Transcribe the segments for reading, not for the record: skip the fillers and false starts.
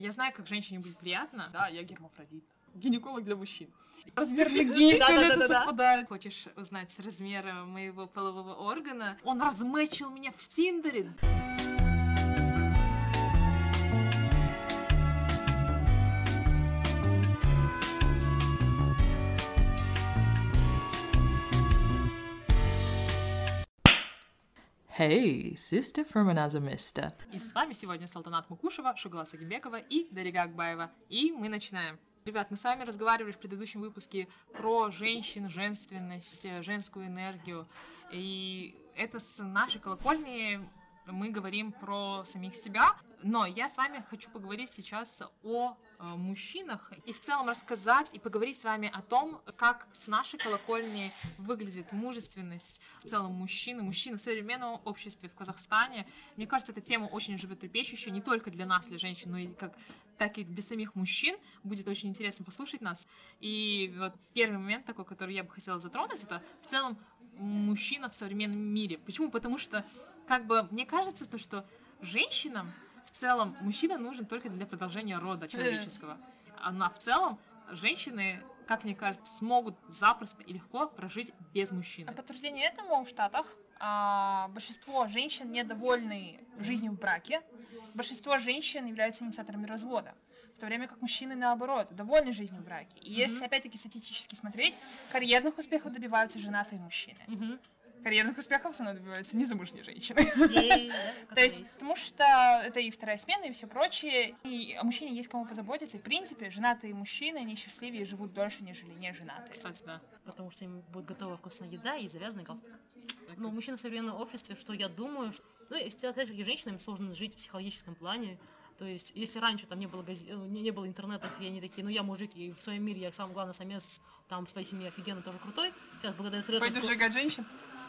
Я знаю, как женщине будет приятно. Да, я гермафродит. Гинеколог для мужчин. Размер нигде, все ли это совпадает. Хочешь узнать размер моего полового органа? Он размэчил меня в Тиндере. Hey, sister from another mister. И с вами сегодня Салтанат Мукушева, Шугла Сагимбекова и Дарига Акбаева. И мы начинаем. Ребят, мы с вами разговаривали в предыдущем выпуске про женщин, женственность, женскую энергию. И это с нашей колокольни мы говорим про самих себя. Но я с вами хочу поговорить сейчас о мужчинах и в целом рассказать и поговорить с вами о том, как с нашей колокольни выглядит мужественность в целом мужчины в современном обществе в Казахстане. Мне кажется, эта тема очень животрепещущая не только для нас, для женщин, но и так и для самих мужчин. Будет очень интересно послушать нас. И вот первый момент такой, который я бы хотела затронуть, это в целом мужчина в современном мире. Почему? Потому что мне кажется, что женщинам в целом мужчина нужен только для продолжения рода человеческого. А в целом женщины, как мне кажется, смогут запросто и легко прожить без мужчины. На подтверждение этому в Штатах большинство женщин недовольны жизнью в браке. Большинство женщин являются инициаторами развода. В то время как мужчины, наоборот, довольны жизнью в браке. И если, опять-таки, статистически смотреть, карьерных успехов добиваются женатые мужчины. Карьерных успехов все равно добиваются незамужние женщины. То есть, потому что это и вторая смена, и все прочее, и о мужчине есть кому позаботиться. И, в принципе, женатые мужчины, они счастливее живут дольше, нежели не женатые. Кстати, да. Потому что им будет готова вкусная еда и завязанный галстук. Но мужчины в современном обществе, что я думаю, опять же, женщинам сложно жить в психологическом плане. То есть, если раньше там не было интернета, и они такие, я мужик, и в своем мире я самый главный самец, там в своей семье офигенно тоже крутой. Сейчас благодаря интернету... Пойду сжигать женщин?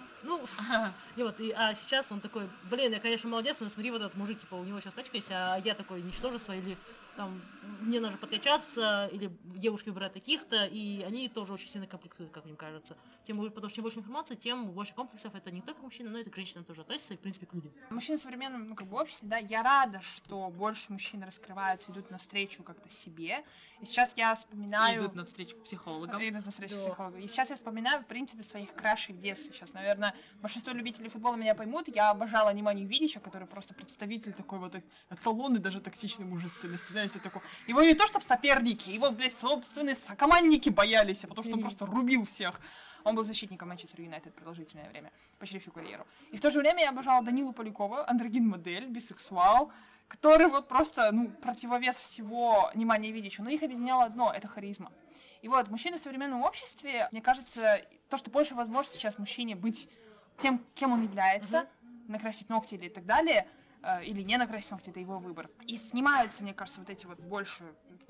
А сейчас он такой, я, конечно, молодец, но смотри, вот этот мужик, у него сейчас тачка есть, а я такой ничтожество, или там мне нужно подкачаться, или девушки выбирают таких-то, и они тоже очень сильно комплексуют, как мне кажется. Потому что чем больше информации, тем больше комплексов, это не только к мужчинам, но и к женщинам тоже относится, и, в принципе, к людям. Мужчины в современном обществе, да, я рада, что больше мужчин раскрываются, идут навстречу как-то себе. И сейчас я вспоминаю... Идут навстречу психологам. И сейчас я вспоминаю, в принципе, своих крашей в детстве. Сейчас, наверное, большинство любителей футбола меня поймут. Я обожала Неманию Видича, который просто представитель такой вот эталонной даже токсичной мужественности. Знаете, такой... Его не то, чтобы соперники, его, собственные сокомандники боялись, потому что он просто рубил всех. Он был защитником Манчестер Юнайтед продолжительное время, почти всю карьеру. И в то же время я обожала Данилу Полякова, андрогин-модель, бисексуал, который просто, противовес всего Немании Видичу. Но их объединяло одно — это харизма. И вот, мужчины в современном обществе, мне кажется, то, что больше возможность сейчас мужчине быть тем, кем он является, накрасить ногти или так далее, или не накрасить ногти, это его выбор. И снимаются, мне кажется, вот эти больше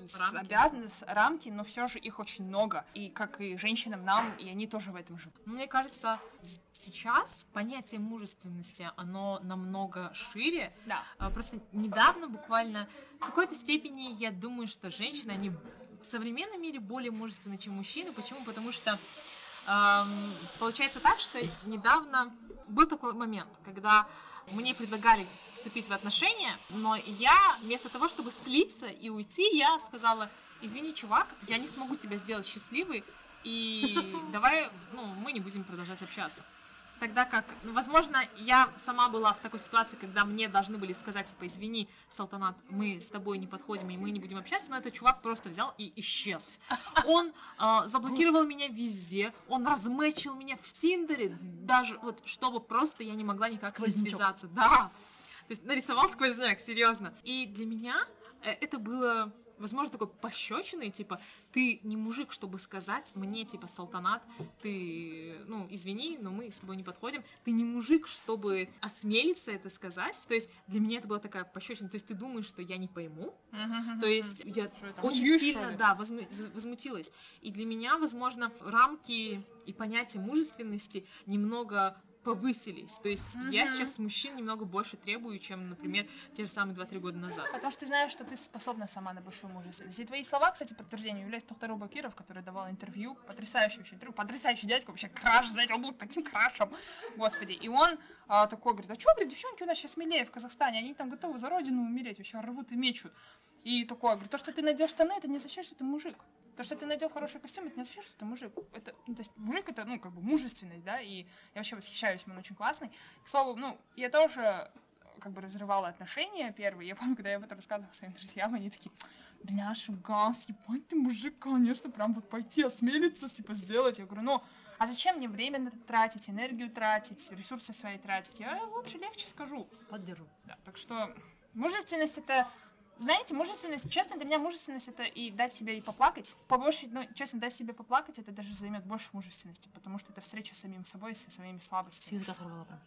рамки, но все же их очень много. И как и женщинам, нам, и они тоже в этом живут. Мне кажется, сейчас понятие мужественности, оно намного шире. Да. Просто недавно буквально в какой-то степени я думаю, что женщины, они в современном мире более мужественны, чем мужчины. Почему? Потому что получается так, что недавно был такой момент, когда мне предлагали вступить в отношения, но я вместо того, чтобы слиться и уйти, я сказала: извини, чувак, я не смогу тебя сделать счастливой, и давай, мы не будем продолжать общаться. Тогда как, возможно, я сама была в такой ситуации, когда мне должны были сказать, извини, Салтанат, мы с тобой не подходим, и мы не будем общаться, но этот чувак просто взял и исчез. Он заблокировал меня везде, он размэчил меня в Тиндере, даже чтобы просто я не могла никак с ним связаться. Да, то есть нарисовал сквозняк, серьезно. И для меня это было... возможно, такой пощечиной, ты не мужик, чтобы сказать мне, Салтанат, ты, извини, но мы с тобой не подходим. Ты не мужик, чтобы осмелиться это сказать. То есть для меня это была такая пощечина. То есть ты думаешь, что я не пойму. То есть я очень сильно, возмутилась. И для меня, возможно, рамки и понятие мужественности немного повысились. То есть я сейчас с мужчин немного больше требую, чем, например, те же самые 2-3 года назад. Потому что ты знаешь, что ты способна сама на большую мужественность. И твои слова, кстати, подтверждением является Тохтар Бакиров, который давал интервью, потрясающий интервью, потрясающий дядька, вообще краш, знаете, он был таким крашем, господи. И он такой говорит: а что, девчонки у нас сейчас смелее в Казахстане, они там готовы за родину умереть, вообще рвут и мечут. И такое, говорю, то, что ты надел штаны, это не означает, что ты мужик. То, что ты надел хороший костюм, это не означает, что ты мужик. Это, ну, то есть мужик это, ну, как бы мужественность, да, и я вообще восхищаюсь, он очень классный. К слову, ну, я тоже как бы разрывала отношения первые. Я помню, когда я об этом рассказывала своим друзьям, они такие, бля, Шугас, ебать ты мужик, конечно, прям вот пойти осмелиться, типа, сделать. Я говорю, ну, а зачем мне время на это тратить, энергию тратить, ресурсы свои тратить? Я лучше легче скажу. Поддержу. Да, так что мужественность это, знаете, мужественность, честно, для меня мужественность это и дать себе и поплакать. Побольше, ну, честно, дать себе поплакать, это даже займет больше мужественности, потому что это встреча с самим собой, со своими С слабостями. языка сорвала прям.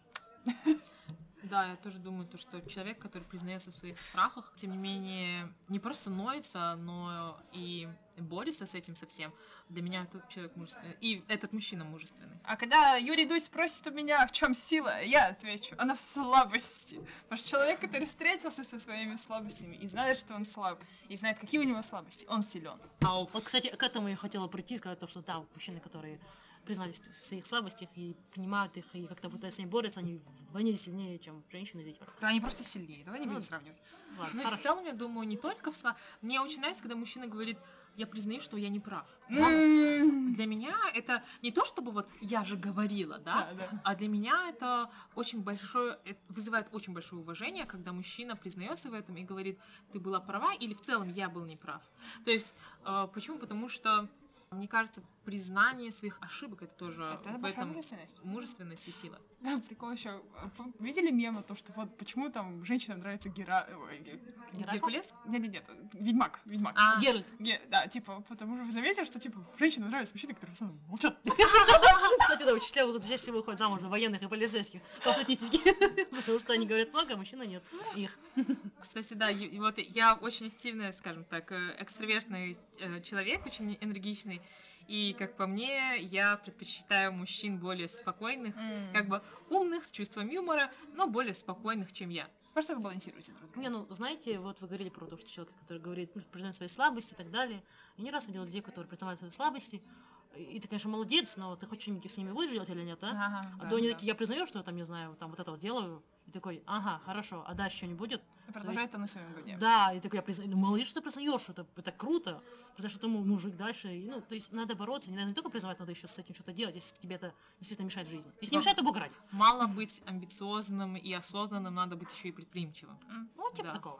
Да, я тоже думаю, то, что человек, который признается в своих страхах, тем не менее, не просто ноется, но и борется с этим совсем. Для меня этот человек мужественный. И этот мужчина мужественный. А когда Юрий Дудь спросит у меня, в чем сила, я отвечу, она в слабости. Потому что человек, который встретился со своими слабостями и знает, что он слаб, и знает, какие у него слабости, он силен. Вот, кстати, к этому я хотела прийти, сказать то, что да, мужчины, которые признались в своих слабостях и понимают их, и как-то пытаются с ними бороться, они вдвойне сильнее, чем женщины и дети. Да, они просто сильнее, давай не будем сравнивать. Ладно, Ну и в хорошо. целом, я думаю, не только в Мне очень нравится, когда мужчина говорит, я признаю, что я не прав. Для меня это не то, чтобы вот я же говорила, да, а для меня это очень большое, вызывает очень большое уважение, когда мужчина признается в этом и говорит, ты была права, или в целом я был неправ. То есть, почему? Потому что, мне кажется, признание своих ошибок это тоже Это в большая этом мужественность. мужественность и сила. Да, прикол еще. Видели мемы, то, что вот почему там женщинам нравится Геркулес? Нет, Ведьмак. А, Геральт. Да, типа, потому что вы заметили, что, типа, женщинам нравятся мужчины, которые в основном молчат. Кстати, да, учителя вот чаще всего выходят замуж за военных и полицейских по статистике. Потому что они говорят много, а мужчина нет. Их. Кстати, да, и вот я очень активный, скажем так, экстравертный человек, очень энергичный. И, как по мне, я предпочитаю мужчин более спокойных, как бы умных, с чувством юмора, но более спокойных, чем я. Просто вы балансируете друг друга. Не, ну, знаете, вот вы говорили про то, что человек, который говорит, ну, признает свои слабости и так далее. Я не раз видела людей, которые признавают свои слабости, и ты, конечно, молодец, но ты хочешь что-нибудь с ними будешь делать или нет, а? Ага, А да, то они да. такие, я признаю, что я там, не знаю, там вот это вот делаю, и такой, ага, хорошо, а дальше что не будет? И продолжает он на своем годе. Да, и такой, я признаю, ну, молодец, что ты признаешь, это круто, потому что ты мужик дальше, и, ну, то есть надо бороться, не надо не только признавать, надо еще с этим что-то делать, если тебе это действительно мешает в жизни. Если не мешает, то играть. Мало быть амбициозным и осознанным, надо быть еще и предприимчивым. Ну, типа Да. такого.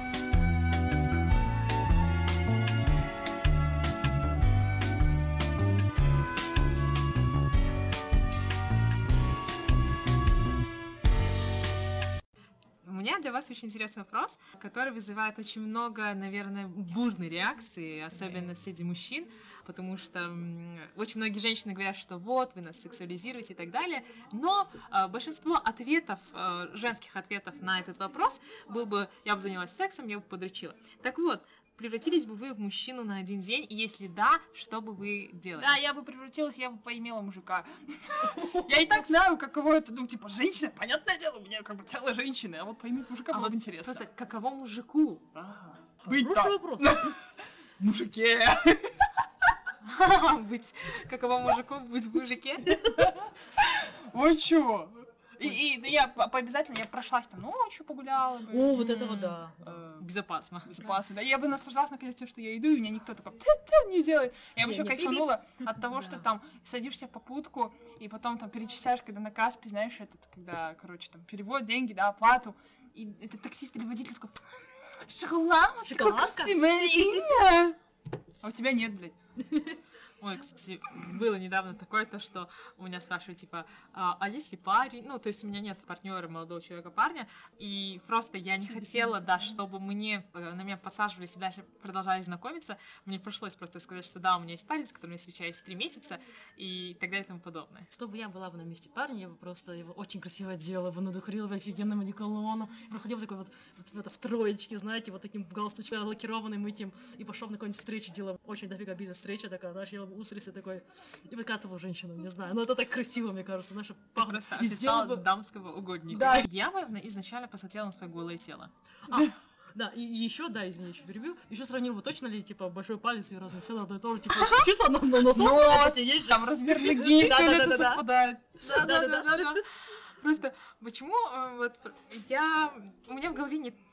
У меня для вас очень интересный вопрос, который вызывает очень много, наверное, бурной реакции, особенно среди мужчин, потому что очень многие женщины говорят, что вот, вы нас сексуализируете и так далее, но большинство ответов, женских ответов на этот вопрос был бы, я бы занялась сексом, я бы подрочила. Так вот, превратились бы вы в мужчину на один день, и если да, что бы вы делали? Да, я бы превратилась, я бы поимела мужика. Я и так знаю, каково это, ну, типа, женщина, понятное дело, у меня как бы тело женщины, а вот поиметь мужика было бы интересно. Просто каково мужику? Быть Хороший там, вопрос. мужике. Быть, каково мужику быть в мужике? Ой, чё? И я обязательно, я прошлась там ночью, погуляла бы. О, вот этого да. Безопасно. Безопасно, да. Я бы наслаждалась наконец тем, что я иду, и меня никто такой не делает. Я бы Не, еще не, кайфанула от того, что там садишься в попутку, и потом там перечисляешь, когда на Каспи, знаешь, этот, когда, короче, там перевод, деньги, да, оплату, и этот таксист или водитель такой, шоколад, такое Шоколадка? красивое имя. А у тебя нет, блядь. Ой, кстати, было недавно такое, то, что у меня спрашивают, типа, а если парень, ну, то есть у меня нет партнера, молодого человека, парня, и просто я не хотела, да, чтобы на меня подсаживались и дальше продолжали знакомиться, мне пришлось просто сказать, что да, у меня есть парень, с которым я встречаюсь 3 месяца, и так далее и тому подобное. Чтобы я была бы на месте парня, я бы просто его очень красиво одела, его надухрила в офигенном одеколоном, проходила такой вот в троечке, знаете, вот таким галстучком лакированным этим, и пошел на какую-нибудь встречу, делал очень дофига бизнес-встреча такая, знаешь, я устрицы такой, и выкатывал женщину, не знаю, но это так красиво, мне кажется, знаешь, пахнет. Просто И сделал официал бы- дамского угодника. Да. Я бы изначально посмотрела на свое голое тело. Да, и еще, да, извини, еще перебью, еще сравнил бы, точно ли, типа, большой палец и размер, все одно и то же, типа, чисто на носу, Нос, кстати, есть же. там размер ноги, все это Да-да-да-да. совпадает. Да. Просто почему у меня в голове не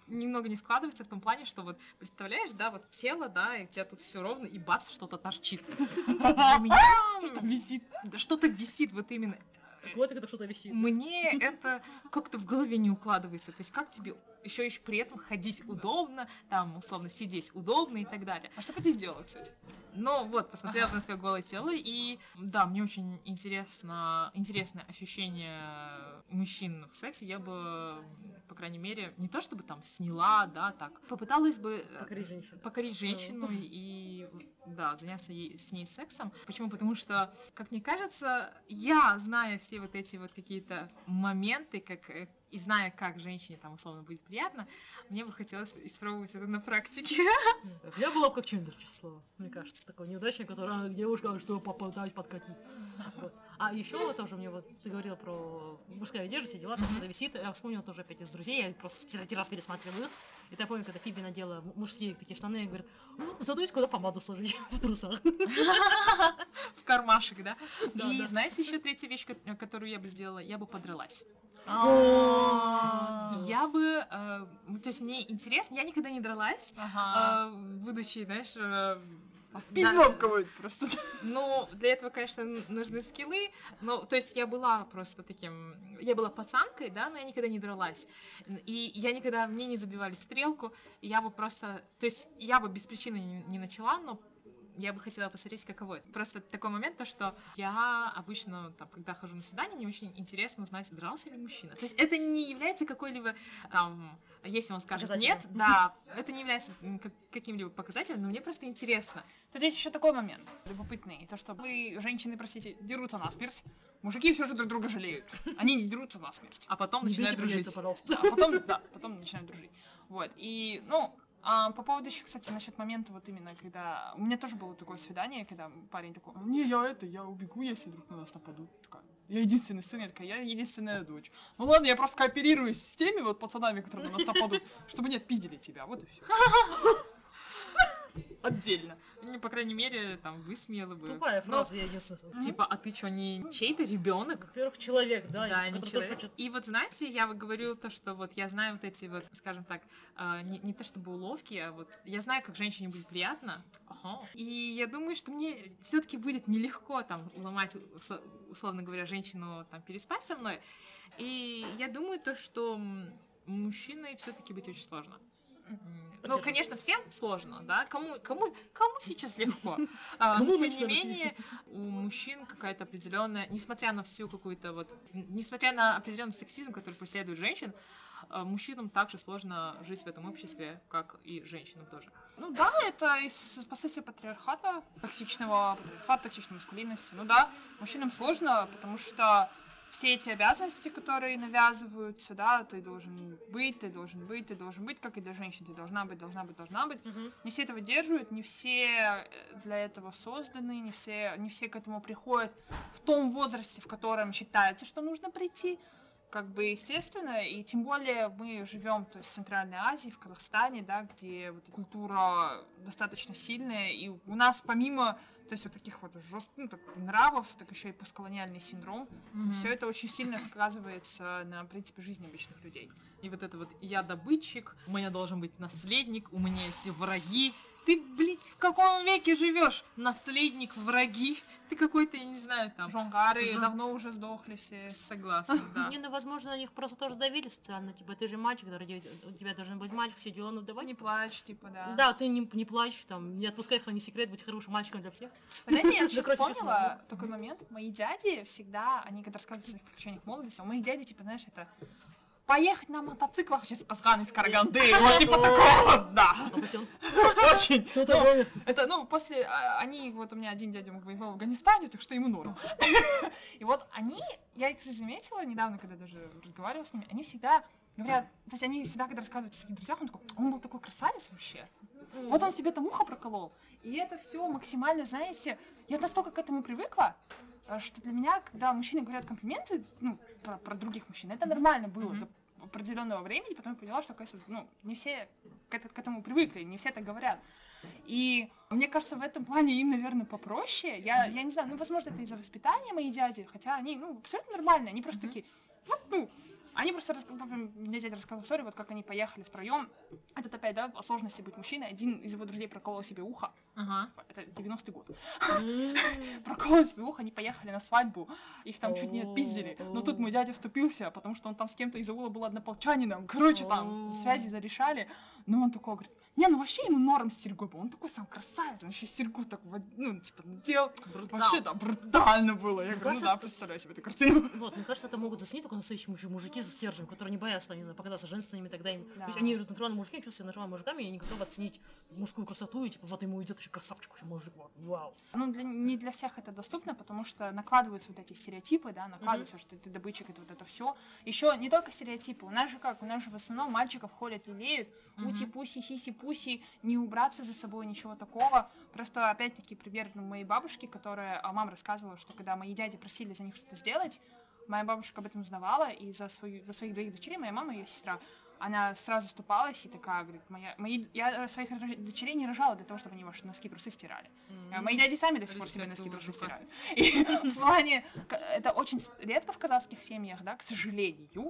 немного не складывается в том плане, что вот, представляешь, да, вот тело, да, и у тебя тут все ровно, и бац, что-то торчит. Для меня что-то висит, вот именно. Вот это что-то висит. Мне это как-то в голове не укладывается. То есть как тебе еще при этом ходить удобно, там, условно, сидеть удобно и так далее. А что бы ты сделала, кстати? Ну вот, посмотрела на свое голое тело, и да, мне очень интересное ощущение мужчин в сексе. Я бы, по крайней мере, не то чтобы там сняла, да, так, попыталась бы покорить женщину и да, заняться с ней сексом. Почему? Потому что, как мне кажется, я, зная все вот эти вот какие-то моменты, и зная, как женщине там условно будет приятно, мне бы хотелось испробовать это на практике. Я была бы как Чендер, честное слово, мне кажется, такой неудачник, который девушка, что попытаюсь подкатить. Вот. А еще тоже мне вот, ты говорила про мужскую одежду, все дела, там что-то висит, я вспомнила тоже опять из друзей, я просто 5 раз пересматриваю их, и я помню, когда Фиби надела мужские такие штаны, и говорит, задусь, куда помаду сложить в трусах. В кармашек, да? Да, И да. знаете, еще третья вещь, которую я бы сделала, я бы подралась. А. Я бы, то есть мне интересно, я никогда не дралась, будучи, знаешь, Пиздила в кого-нибудь просто. ну, для этого, конечно, нужны скиллы, но, то есть я была просто я была пацанкой, да, но я никогда не дралась, и мне не забивали стрелку, и я бы просто, то есть я бы без причины не начала, но я бы хотела посмотреть, каково это. Просто такой момент, то, что я обычно, там, когда хожу на свидание, мне очень интересно узнать, дрался ли мужчина. То есть это не является какой-либо, там, если он скажет нет, да, это не является каким-либо показателем, но мне просто интересно. Тут есть еще такой момент, любопытный, то, что вы, женщины, простите, дерутся насмерть, мужики все же друг друга жалеют. Они не дерутся насмерть. А потом Не начинают бейте дружить. яйца, пожалуйста. А потом начинают дружить. Вот, и, ну, по поводу еще, кстати, насчет момента, вот именно, когда... У меня тоже было такое свидание, когда парень такой, не, я убегу, если вдруг на нас нападут. Такая, я единственный сын, я такая, я единственная дочь. Ну ладно, я просто кооперируюсь с теми вот пацанами, которые на нас нападут, чтобы не отпиздили тебя, вот и все. Отдельно. Ну, по крайней мере, там, высмеяла бы. Тупая фраза, я единственная. Типа, а ты что, не чей-то ребенок? Во-первых, человек, да, Да, не который тоже человек. хочет. И вот, знаете, я вот говорила то, что вот я знаю вот эти вот, скажем так, не то чтобы уловки, а вот я знаю, как женщине будет приятно. И я думаю, что мне все-таки будет нелегко там уломать, условно говоря, женщину там переспать со мной. И я думаю то, что мужчиной все-таки быть очень сложно. Ну, конечно, всем сложно, да, кому сейчас легко, но тем не менее у мужчин какая-то определенная, несмотря на всю какую-то вот, несмотря на определенный сексизм, который преследует женщин, мужчинам также сложно жить в этом обществе, как и женщинам тоже. Ну да, это из последствий патриархата, токсичной маскулинности. Ну да, мужчинам сложно, потому что все эти обязанности, которые навязываются, да, ты должен быть, как и для женщин, ты должна быть. Не все это выдерживают, не все для этого созданы, не все к этому приходят в том возрасте, в котором считается, что нужно прийти. Как бы естественно, и тем более мы живем, то есть в Центральной Азии, в Казахстане, да, где вот культура достаточно сильная, и у нас помимо, то есть вот таких вот жестких нравов, так еще и постколониальный синдром, все это очень сильно сказывается на принципе жизни обычных людей. И вот это вот я добытчик, у меня должен быть наследник, у меня есть враги. Ты, блядь, в каком веке живешь? Наследник, враги. Ты какой-то, я не знаю, там... Жонгары давно уже сдохли все. Согласна, да. Не, ну, возможно, на них просто тоже давили социально, типа, ты же мальчик, у тебя должен быть мальчик, все дела, ну, давай. Не плачь, типа, да. Да, ты не плачь, там, не отпускай храни секрет, быть хорошим мальчиком для всех. Знаете, я сейчас Закройте вспомнила такой момент. Мои дяди всегда, они когда рассказывают о своих приключениях молодости, у моих дядей, типа, знаешь, это... Поехать на мотоциклах сейчас Казган из Караганды, вот типа такого, да. Очень. Это, ну, после, они, вот у меня один дядя воевал в Афганистане, так что ему норм. И вот они, я их заметила недавно, когда даже разговаривала с ними, они всегда говорят, то есть они всегда, когда рассказывают о своих друзьях, он был такой красавец вообще. Вот он себе там ухо проколол. И это все максимально, знаете, я настолько к этому привыкла, что для меня, когда мужчины говорят комплименты, ну, про других мужчин, это нормально было до определенного времени, потом я поняла, что, ну, не все к этому привыкли, не все так говорят. И мне кажется, в этом плане им, наверное, попроще. Я не знаю, ну, возможно, это из-за воспитания моих дяди, хотя они, ну, абсолютно нормальные, они просто такие, вот, ну, Они просто, мне дядя рассказал историю, вот как они поехали втроем. Это опять, да, о сложности быть мужчиной. Один из его друзей проколол себе ухо. Ага. Это 90-й год. Проколол себе ухо, они поехали на свадьбу. Их там чуть не отпиздили. Но тут мой дядя вступился, потому что он там с кем-то из аула был однополчанином. Короче, там связи зарешали. Но он такой говорит, не, ну вообще ему норм с серьгой был. Он такой сам красавец, он еще серьгу так, ну, типа, надел. Вообще, да, брутально было. Я говорю, ну да, представляю себе эту картину. Вот, мне кажется, это могут заценить только настоящие мужики с стержнем, которые не боятся, там, не знаю, показаться женственными, тогда им... То есть они натуральные мужики, чувствуют себя натуральными мужиками, и они готовы оценить мужскую красоту, и типа, вот ему идет вообще красавчик, вообще мужик, вау. Ну, не для всех это доступно, потому что накладываются вот эти стереотипы, да, накладываются, что ты добытчик, это вот это все. Еще не только стереотипы, у нас же в основном мальчиков холят, лелеют, ути-пуси, сиси-пуси, не убраться за собой, ничего такого. Просто, опять-таки, пример моей бабушки, которая, мама рассказывала, что когда мои дяди просили за них что-то сделать, моя бабушка об этом узнавала, и за своих двоих дочерей, моя мама и ее сестра, она сразу вступалась и такая, говорит, я своих дочерей не рожала для того, чтобы они ваши носки, трусы стирали. Мои дяди сами до сих пор себе носки, трусы стирают. И в плане, это очень редко в казахских семьях, да, к сожалению.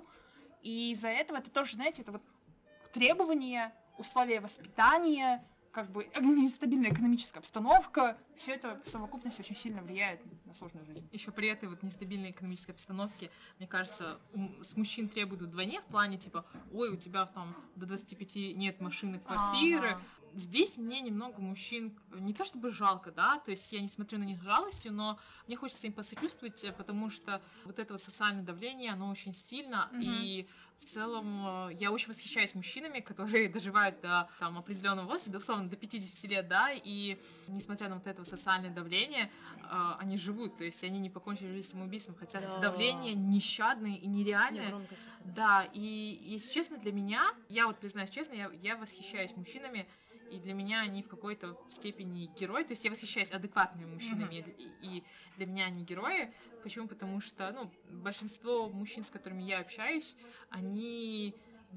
И из-за этого это тоже, знаете, это вот требования, условия воспитания, как бы нестабильная экономическая обстановка, все это в совокупности очень сильно влияет на сложную жизнь. Еще при этой вот нестабильной экономической обстановке, мне кажется, с мужчин требуют вдвойне в плане, типа, ой, у тебя там до 25 нет машины, квартиры. Здесь мне немного мужчин не то чтобы жалко, да, то есть я не смотрю на них жалостью, но мне хочется им посочувствовать, потому что вот это вот социальное давление, оно очень сильно, и в целом я очень восхищаюсь мужчинами, которые доживают до там определенного возраста, до, условно, до 50 лет, да, и несмотря на вот это вот социальное давление, они живут, то есть они не покончили жизнь самоубийством, хотя давление нещадное и нереальное. Да, и если честно, для меня, я вот признаюсь честно, я восхищаюсь мужчинами, и для меня они в какой-то степени герои, то есть я восхищаюсь адекватными мужчинами, и для меня они герои. Почему? Потому что, ну, большинство мужчин, с которыми я общаюсь, они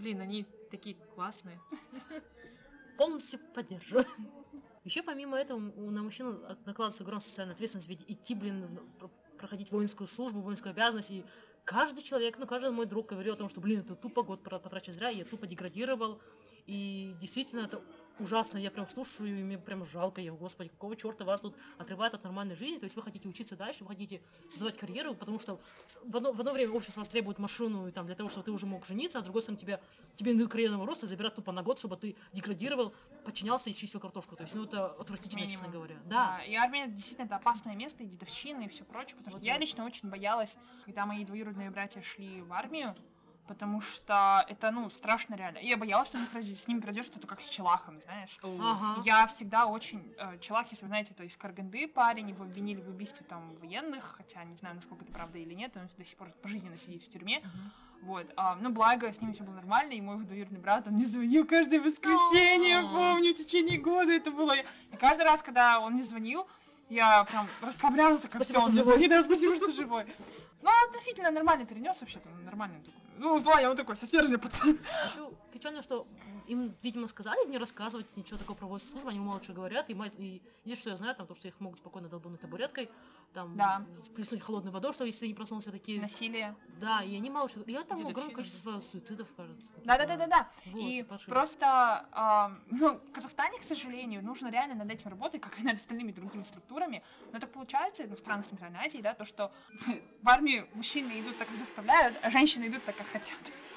такие классные. Полностью поддерживаю. Еще помимо этого на мужчину накладывается огромная социальная ответственность, ведь идти, проходить воинскую службу, воинскую обязанность, и каждый человек, каждый мой друг говорил о том, что, это тупо год потрачен зря, я тупо деградировал, и действительно это ужасно, я прям слушаю, и мне прям жалко, господи, какого черта вас тут отрывает от нормальной жизни, то есть вы хотите учиться дальше, вы хотите создавать карьеру, потому что в одно время общество вас требует машину и, там, для того, чтобы ты уже мог жениться, а с другой стороны тебе не карьерного роста забирают тупо на год, чтобы ты деградировал, подчинялся и чистил картошку, то есть, это отвратительно, честно говоря. Да. И армия действительно это опасное место, и дедовщина, и все прочее, потому что я лично очень боялась, когда мои двоюродные братья шли в армию, потому что это, страшно реально. И я боялась, что с ними произойдет что-то как с Челахом, знаешь. Я всегда очень... Челах, если вы знаете, то из Караганды парень, его обвинили в убийстве там военных, хотя не знаю, насколько это правда или нет, он до сих пор пожизненно сидит в тюрьме. Вот. Благо, с ним все было нормально, и мой двоюродный брат, он мне звонил каждое воскресенье, помню, в течение года это было. И каждый раз, когда он мне звонил, я прям расслаблялась, как все, он мне звонит, да, спасибо, что живой. Относительно нормально перенес вообще-то, нормально. В плане, он такой, со стержня пацан. Еще печально, что им, видимо, сказали не рассказывать ничего такого про воинскую службу, они молча говорят, и единственное, что я знаю, там, то, что их могут спокойно долбануть табуреткой, там, плеснуть холодной водой, что если они проснулся такие... Насилие. Да, и они мало что... Я там огромное количество суицидов, кажется. Да. Вот, и пошли. просто, в Казахстане, к сожалению, нужно реально над этим работать, как и над остальными другими структурами, но так получается, в странах Центральной Азии, да, то, что в армию мужчины идут так, как заставляют, а женщины идут так, как хотят.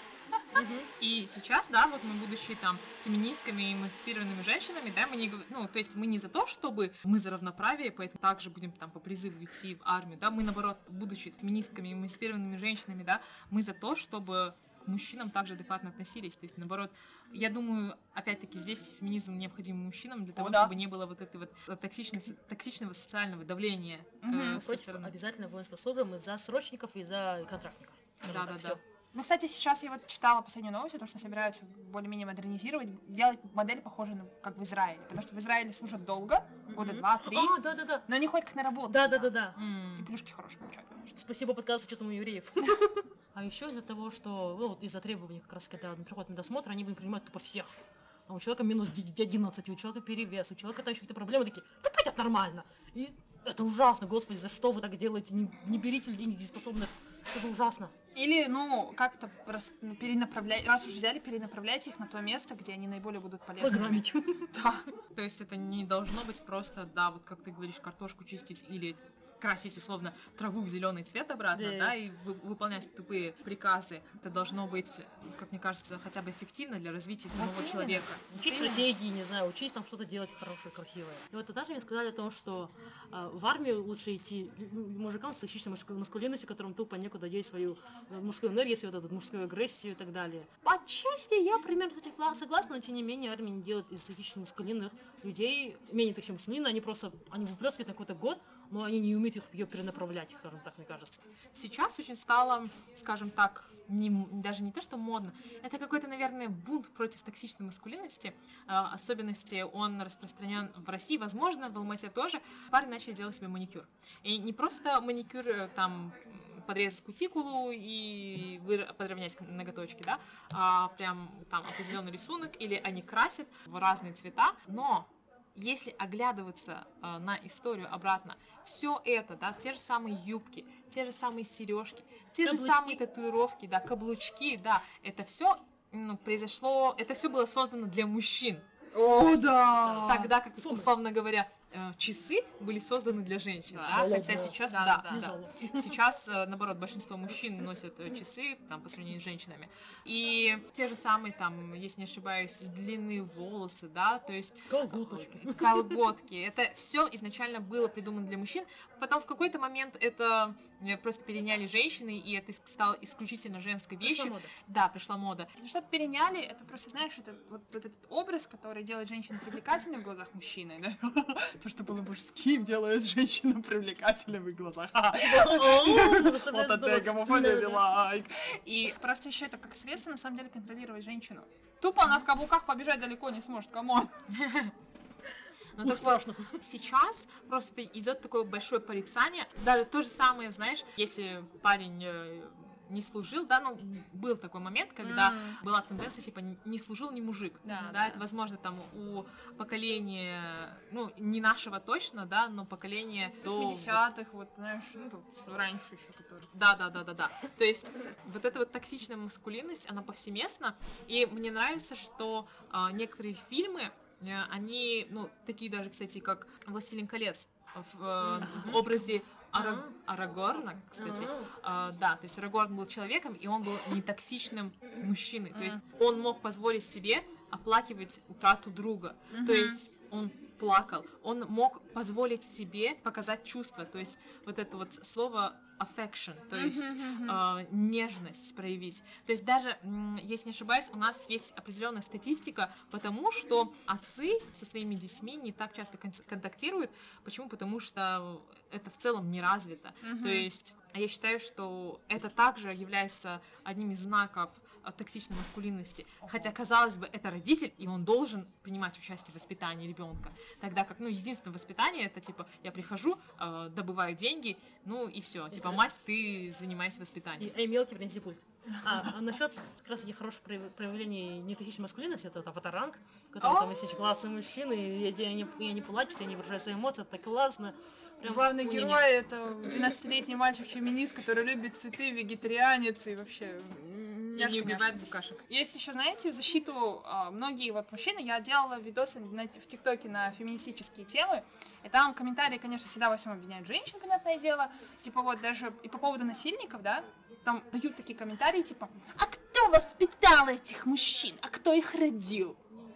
И сейчас, да, вот мы, будучи там феминистками и эмансипированными женщинами, да, то есть мы не за то, чтобы мы за равноправие, поэтому также будем там по призыву идти в армию, да, мы наоборот, будучи феминистками и эмансипированными женщинами, да, мы за то, чтобы к мужчинам также адекватно относились, то есть наоборот, я думаю, опять-таки здесь феминизм необходим мужчинам для того, чтобы не было вот этого токсичного социального давления. Против обязательно воинской службы, мы за срочников и за контрактников. Да. Кстати, сейчас я вот читала последнюю новость, то, что собираются более-менее модернизировать, делать модель похожую на как в Израиле. Потому что в Израиле служат долго, года 2-3, да. но они ходят как на работу. Да. И плюшки хорошие получают, конечно. Спасибо подкасту, что там у евреев. А еще из-за того, что, из-за требований, как раз когда приходят на досмотр, они принимают тупо всех. А у человека минус 11, у человека перевес, у человека там еще какие-то проблемы, такие, да пойдет нормально. И это ужасно, господи, за что вы так делаете? Не берите людей недееспособных Это же ужасно. Или, ну, как-то перенаправлять, раз уж взяли, перенаправляйте их на то место, где они наиболее будут полезны. Программить. Да. То есть это не должно быть просто, да, вот как ты говоришь, картошку чистить или красить условно траву в зеленый цвет обратно, да, и выполнять тупые приказы. Это должно быть, как мне кажется, хотя бы эффективно для развития самого человека. Учить стратегии, не знаю, учить там что-то делать хорошее, красивое. И вот даже мне сказали о том, что в армию лучше идти мужикам с токсичной маскулинностью, которым тупо некуда деть свою мужскую энергию, свою вот эту мужскую агрессию и так далее. Отчасти я примерно с этим согласна, но тем не менее армия не делает из токсично маскулинных людей менее токсично маскулинных, они выплескивают на какой-то год, но они не умеют ее перенаправлять, скажем так, мне кажется. Сейчас очень стало, скажем так, даже не то, что модно, это какой-то, наверное, бунт против токсичной маскулинности. Особенности он распространен в России, возможно, в Алмате тоже. Парни начали делать себе маникюр. И не просто маникюр, там, подрезать кутикулу и подровнять ноготочки, да, а прям там определенный рисунок, или они красят в разные цвета, но если оглядываться на историю обратно, все это, да, те же самые юбки, те же самые сережки, те же самые татуировки, да, каблучки, да, это все произошло, это все было создано для мужчин. О, да! Тогда, как, условно говоря, часы были созданы для женщин, да, хотя сейчас, сейчас, наоборот, большинство мужчин носят часы, там, по сравнению с женщинами, и те же самые, там, если не ошибаюсь, длинные волосы, да, то есть колготки, это все изначально было придумано для мужчин, потом в какой-то момент это просто переняли женщины, и это стало исключительно женской вещью. Да, пришла мода. Что-то переняли, это просто, знаешь, это вот этот образ, который делает женщину привлекательной в глазах мужчины, да? То, что было мужским, делает женщину привлекательной в их глазах. Вот это гомофобия, лайк. И просто еще это как средство, на самом деле, контролировать женщину. Тупо она в каблуках побежать далеко не сможет, камон. Но так страшно. Сейчас просто идет такое большое порицание. Даже то же самое, знаешь, если парень не служил, да, ну, был такой момент, когда была тенденция, типа, не служил ни мужик, да, это, возможно, там, у поколения, ну, не нашего точно, да, но поколения до... 80-х, вот, знаешь, ну, раньше еще, которые... Да, то есть, вот эта вот токсичная маскулинность, она повсеместна, и мне нравится, что некоторые фильмы, они, ну, такие даже, кстати, как «Властелин колец», в образе Арагорна, кстати, да, то есть Арагорн был человеком, и он был нетоксичным мужчиной, то есть он мог позволить себе оплакивать утрату друга, то есть он плакал, он мог позволить себе показать чувства, то есть вот это вот слово affection, то есть нежность проявить. То есть даже, если не ошибаюсь, у нас есть определенная статистика, потому что отцы со своими детьми не так часто контактируют. Почему? Потому что это в целом не развито. То есть я считаю, что это также является одним из знаков токсичной маскулинности. Хотя, казалось бы, это родитель, и он должен принимать участие в воспитании ребенка. Тогда как, ну, единственное воспитание, это, типа, я прихожу, добываю деньги, ну, и все. Типа, мать, ты занимайся воспитанием. Эй, мелкий, принеси пульт. А насчет как раз таки хороших проявлений нетоксичной маскулинности, это аватаранг, который там есть очень классные мужчины, и они плачут, и они выражают свои эмоции, это классно. Главный герой — это 12-летний мальчик-феминист, который любит цветы, вегетарианец и вообще... И не убивает букашек. Есть еще, знаете, в защиту многие вот мужчины, я делала видосы в ТикТоке на феминистические темы, и там комментарии, конечно, всегда во всем обвиняют женщин, понятное дело, типа вот даже и по поводу насильников, да, там дают такие комментарии, типа, а кто воспитал этих мужчин, а кто их родил?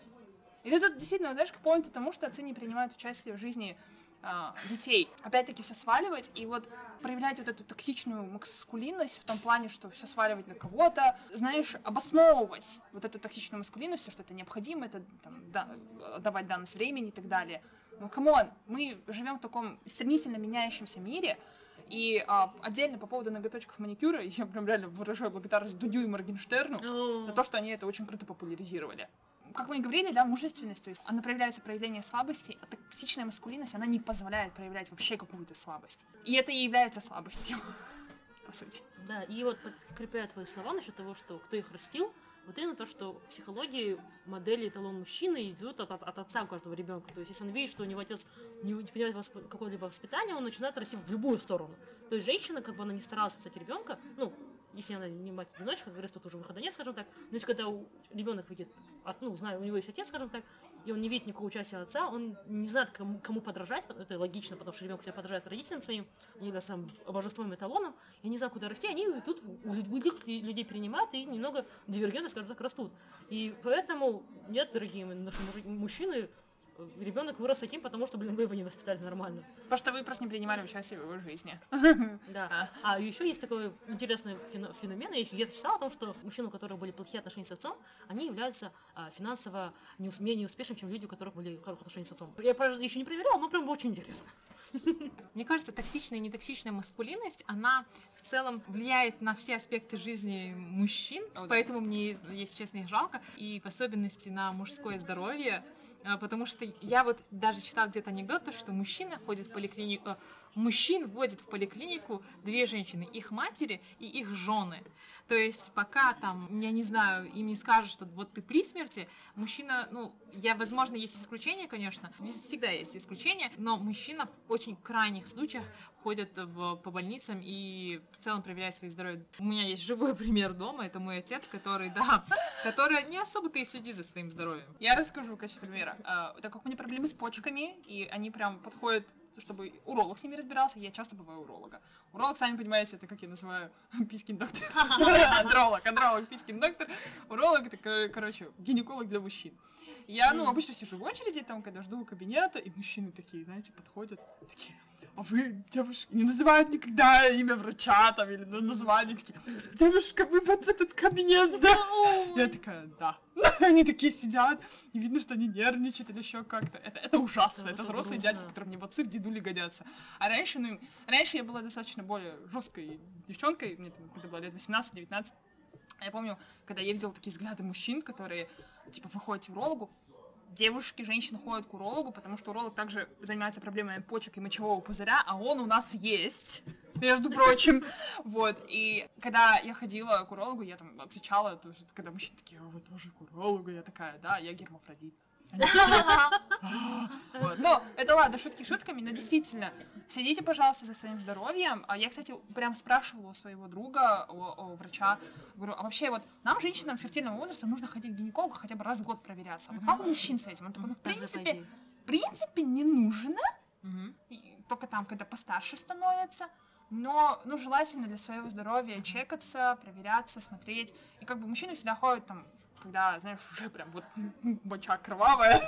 И это действительно, знаешь, к поинту тому, что отцы не принимают участие в жизни детей. Опять-таки все сваливать и вот проявлять вот эту токсичную маскулинность в том плане, что все сваливать на кого-то, знаешь, обосновывать вот эту токсичную маскулинность, что это необходимо, это там, давать данность времени и так далее. Ну, камон, мы живем в таком стремительно меняющемся мире, и отдельно по поводу ноготочков маникюра, я прям реально выражаю благодарность Дудю и Моргенштерну за то, что они это очень круто популяризировали. Как мы и говорили, да, мужественность, то есть она проявляется проявление слабости, а токсичная маскулинность, она не позволяет проявлять вообще какую-то слабость. И это и является слабостью, по сути. Да, и вот подкрепляя твои слова насчет того, что кто их растил, вот именно то, что в психологии модели эталон мужчины идут от отца у каждого ребенка. То есть, если он видит, что у него отец не понимает какое-либо воспитание, он начинает расти в любую сторону. То есть, женщина, как бы она не старалась воспитать ребенка, ну, если она не мать-одиночка, как говорится, тут уже выхода нет, скажем так, но если когда ребенок видит, знаю, у него есть отец, скажем так, и он не видит никакого участия отца, он не знает, кому подражать, это логично, потому что ребенок себя подражает родителям своим, они являются божеством, эталоном, и не знают, куда расти, они тут у людей принимают и немного дивергентно, скажем так, растут. И поэтому, нет, дорогие наши мужчины, ребенок вырос таким, потому что, вы его не воспитали нормально. Потому что вы просто не принимали участие в его жизни. Да. А еще есть такой интересный феномен. Я читала о том, что мужчины, у которых были плохие отношения с отцом, они являются финансово менее успешными, чем люди, у которых были хорошие отношения с отцом. Я еще не проверяла, но прям очень интересно. Мне кажется, токсичная и нетоксичная маскулинность, она в целом влияет на все аспекты жизни мужчин, поэтому мне, если честно, их жалко, и в особенности на мужское здоровье, потому что я вот даже читала где-то анекдот, что мужчин вводят в поликлинику 2 женщины, их матери и их жены. То есть пока там, я не знаю, им не скажут, что вот ты при смерти, мужчина, возможно, есть исключения, конечно, всегда есть исключения, но мужчина в очень крайних случаях ходят по больницам и в целом проверяет свое здоровье. У меня есть живой пример дома, это мой отец, который не особо-то и следит за своим здоровьем. Я расскажу в качестве примера. Так как у меня проблемы с почками, и они прям подходят, чтобы уролог с ними разбирался, я часто бываю у уролога. Уролог, сами понимаете, это как я называю писькин доктор. Андролог, писькин доктор. Уролог, это, гинеколог для мужчин. Я, обычно сижу в очереди, там, когда жду кабинета, и мужчины такие, знаете, подходят, такие: а вы, девушка, не называют никогда имя врача там или название, такие: девушка, вы вот в этот кабинет, да? Я такая: да. Они такие сидят, и видно, что они нервничают или еще как-то. Это ужасно, это взрослые дядьки, которым не в отцы, в дедули годятся. А раньше я была достаточно более жесткой девчонкой, мне там, когда было лет 18-19. Я помню, когда я видела такие взгляды мужчин, которые, типа, выходят к урологу, девушки, женщины ходят к урологу, потому что уролог также занимается проблемами почек и мочевого пузыря, а он у нас есть, между прочим. Вот, и когда я ходила к урологу, я там отвечала, когда мужчины такие: а вы тоже к урологу? Я такая: да, я гермафродит. Ну, это ладно, шутки шутками, но действительно, следите, пожалуйста, за своим здоровьем. Я, кстати, прям спрашивала у своего друга, у врача, говорю: а вообще вот нам, женщинам фертильного возраста, нужно ходить к гинекологу хотя бы раз в год проверяться. Вот как у мужчин с этим? Он такой: в принципе, не нужно, только там, когда постарше становится. Но, желательно для своего здоровья чекаться, проверяться, смотреть. И как бы мужчины всегда ходят там, когда, знаешь, уже прям вот моча кровавая,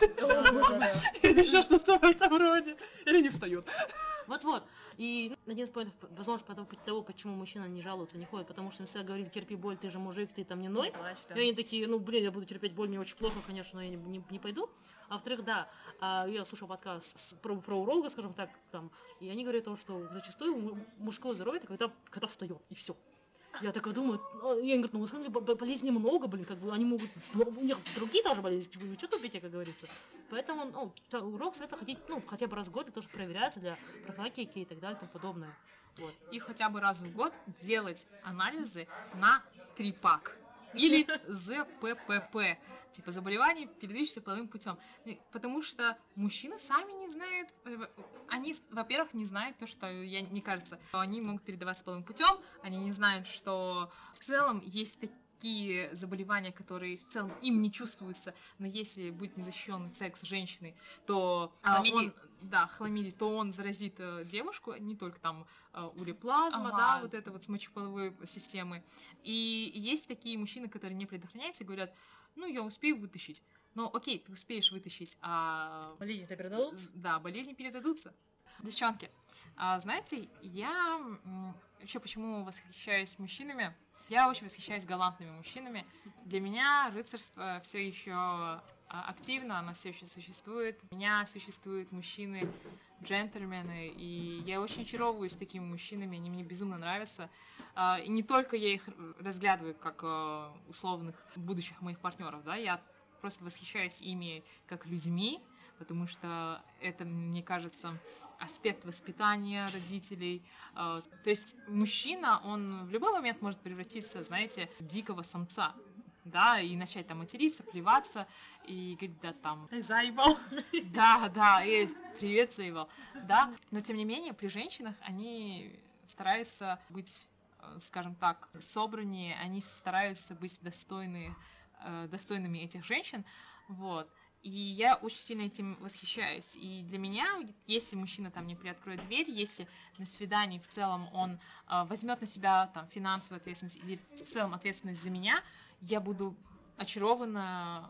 или еще что-то в этом роде, или не встает. Вот-вот. И один из поинтов, возможно, по поводу того, почему мужчина не жалуется, не ходит, потому что им всегда говорили: терпи боль, ты же мужик, ты там не ной. И они такие: я буду терпеть боль, мне очень плохо, конечно, я не пойду. А во-вторых, да, я слушал подкаст про уролога, скажем так, там, и они говорят о том, что зачастую мужское здоровье это когда встает, и все. Я такая думаю, я говорю: на самом деле болезней много, как бы они могут, у них другие тоже болезни, вы что тупите, как говорится. Поэтому, урок совета ходить, хотя бы раз в год, для того, чтобы проверяться для профилактики и так далее, и тому подобное. Вот. И хотя бы раз в год делать анализы на трипак или ЗППП, типа заболевание, передающееся половым путем. Потому что мужчины сами не знают, они, во-первых, не знают то, что, мне кажется, они могут передаваться половым путем, они не знают, что в целом есть такие заболевания, которые в целом им не чувствуются, но если будет незащищенный секс с женщиной, то хламидий, то он заразит девушку, не только там уреплазма, вот это вот с мочеполовой системы. И есть такие мужчины, которые не предохраняются и говорят: я успею вытащить. Но окей, ты успеешь вытащить, а... Болезни-то передадутся? Да, болезни передадутся. Девчонки, знаете, я еще почему восхищаюсь мужчинами? Я очень восхищаюсь галантными мужчинами. Для меня рыцарство все еще активно, оно все еще существует. У меня существуют мужчины, джентльмены, и я очень очаровываюсь такими мужчинами, они мне безумно нравятся. И не только я их разглядываю как условных будущих моих партнеров, да, я просто восхищаюсь ими как людьми, потому что это, мне кажется, аспект воспитания родителей. То есть мужчина, он в любой момент может превратиться, знаете, в дикого самца. да, и начать там материться, плеваться, и говорить, да, там... Заебал. Да, и привет, заебал, да, но тем не менее, при женщинах они стараются быть, скажем так, собраннее, они стараются быть достойными этих женщин, вот. И я очень сильно этим восхищаюсь. И для меня, если мужчина там не приоткроет дверь, если на свидании в целом он возьмет на себя там финансовую ответственность или в целом ответственность за меня, я буду очарована,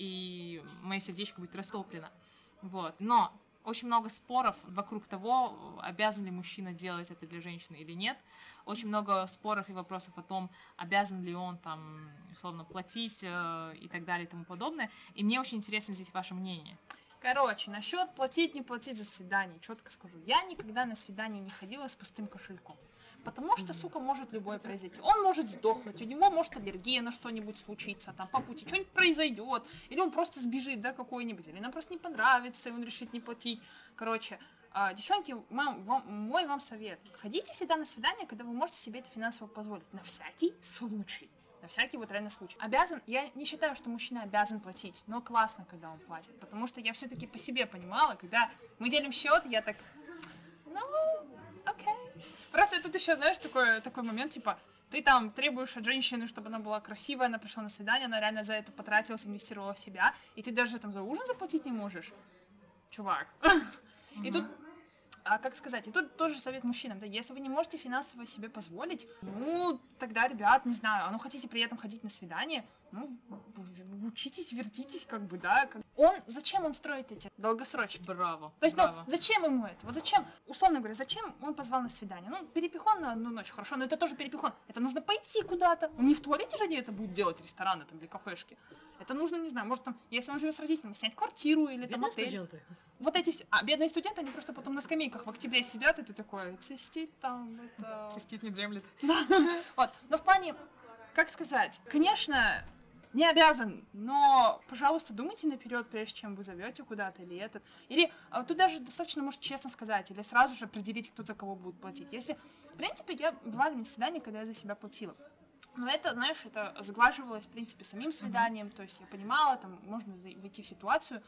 и мое сердечко будет растоплено. Вот. Но очень много споров вокруг того, обязан ли мужчина делать это для женщины или нет. Очень много споров и вопросов о том, обязан ли он там, условно, платить и так далее и тому подобное. И мне очень интересно здесь ваше мнение. Короче, насчет платить, не платить за свидание, четко скажу. Я никогда на свидание не ходила с пустым кошельком. Потому что, сука, может любое произойти. Он может сдохнуть, у него может аллергия на что-нибудь случиться, там по пути что-нибудь произойдет, или он просто сбежит, да, какой-нибудь, или нам просто не понравится, и он решит не платить. Короче, девчонки, мой вам совет. Ходите всегда на свидание, когда вы можете себе это финансово позволить. На всякий случай. На всякий вот реально случай. Обязан, я не считаю, что мужчина обязан платить, но классно, когда он платит. Потому что я все-таки по себе понимала, когда мы делим счет, я так, ну, окей. Просто тут еще, знаешь, такой момент, типа, ты там требуешь от женщины, чтобы она была красивая, она пришла на свидание, она реально за это потратилась, инвестировала в себя, и ты даже там за ужин заплатить не можешь. Чувак. И тут, как сказать, и тут тоже совет мужчинам, да, если вы не можете финансово себе позволить, ну, тогда, ребят, не знаю, а ну хотите при этом ходить на свидание, ну, учитесь, вертитесь, как бы, да. Зачем он строит эти долгосрочки? Браво. То есть, браво. ну, зачем ему это? Вот зачем, условно говоря, зачем он позвал на свидание? Ну, перепихон на одну ночь, хорошо, но это тоже перепихон. Это нужно пойти куда-то. Он не в туалете же они это будут делать, рестораны там или кафешки. Это нужно, не знаю, может там, если он живет с родителями, снять квартиру или там Бедные отель. студенты. Вот эти все. А бедные студенты, они просто потом на скамейках в октябре сидят, и ты такой, цистит там, это... Цистит не дремлет. Вот, но в плане, как сказать, конечно, не обязан, но, пожалуйста, думайте наперед, прежде чем вы зовете куда-то или этот. Или тут даже достаточно, может, честно сказать, или сразу же определить, кто за кого будет платить. Если, в принципе, бывали мне свидания, когда я за себя платила. Но это, знаешь, это сглаживалось, в принципе, самим свиданием, то есть я понимала, там, можно войти в ситуацию,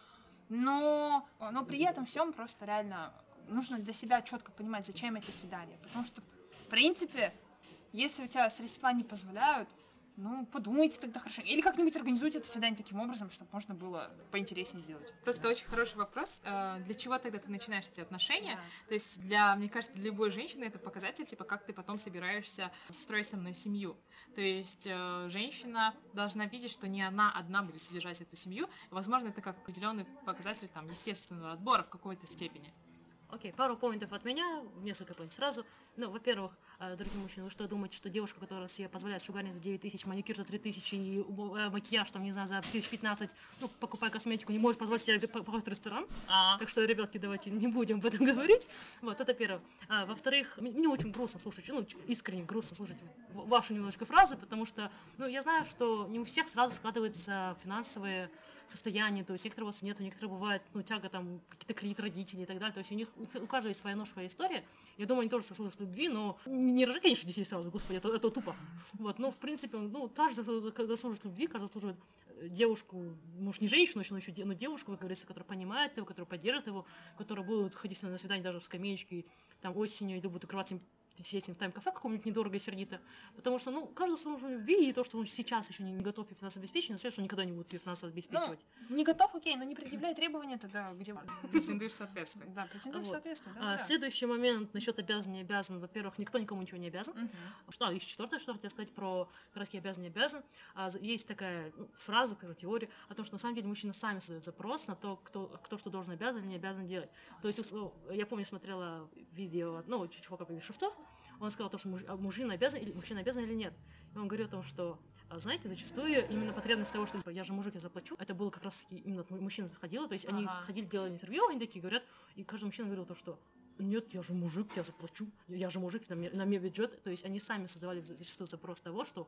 но при этом всем просто реально нужно для себя четко понимать, зачем эти свидания. Потому что, в принципе, если у тебя средства не позволяют, ну, подумайте тогда хорошо. Или как-нибудь организуйте это свидание таким образом, чтобы можно было поинтереснее сделать. Просто очень хороший вопрос. Для чего тогда ты начинаешь эти отношения? Да. То есть, мне кажется, для любой женщины это показатель, типа, как ты потом собираешься строить со мной семью. То есть, женщина должна видеть, что не она одна будет содержать эту семью. Возможно, это как определенный показатель, там, естественного отбора в какой-то степени. Окей, пару поинтов от меня, несколько поинтов сразу. Ну, во-первых, дорогие мужчины, вы что думаете, что девушка, которая себе позволяет шугарить за 9 тысяч, маникюр за 3 тысячи и макияж, там, не знаю, за 1015, ну, покупая косметику, не может позволить себе походить в ресторан? Так что, ребятки, давайте не будем об этом говорить. Вот, это первое. Во-вторых, мне очень грустно слушать, ну, искренне грустно слушать ваши немножко фразы, потому что, ну, я знаю, что не у всех сразу складывается финансовые состояние, то есть некоторые вот нет, у некоторых бывает, ну, тяга там, какие-то кредиты родителей и так далее, то есть у каждого есть своя своя история, я думаю, они тоже сослужат любви, но не рожать, конечно, детей сразу, господи, это тупо, вот, но, в принципе, ну, каждый заслужит любви, каждый заслуживает девушку, может, не женщину, но еще девушку, как говорится, которая понимает его, которая поддержит его, которая будет ходить на свидание даже в скамеечке, там, осенью, или будет укрываться сидеть в тайм-кафе каком-нибудь недорого и сердито, потому что, ну, каждый заслуживает любви, и то, что он сейчас еще не готов ее финансово обеспечить, не означает, что он никогда не будет ее финансово обеспечивать. Ну, не готов, окей, но не предъявляй требования, тогда где... Претендуешь соответствовать. Да, претендуешь Вот. соответственно, да. Следующий момент насчет обязан, не обязан. Во-первых, никто никому ничего не обязан. Что, еще четвертое, что хотел сказать про как раз обязан, не обязан. Есть такая фраза, такая теория о том, что на самом деле мужчина сами создает запрос на то, кто что должен обязан или не обязан делать. То есть, я помню, смотрела видео одного чувака по имени Шевцов, он сказал, что мужчина обязан или нет. И он говорил о том, что, знаете, зачастую именно потребность того, что я же мужик, я заплачу, это было как раз именно мужчина заходил, то есть они ходили, делали интервью, они такие говорят, и каждый мужчина говорил то, что нет, я же мужик, я заплачу, я же мужик, на мне бюджет, то есть они сами создавали зачастую запрос того, что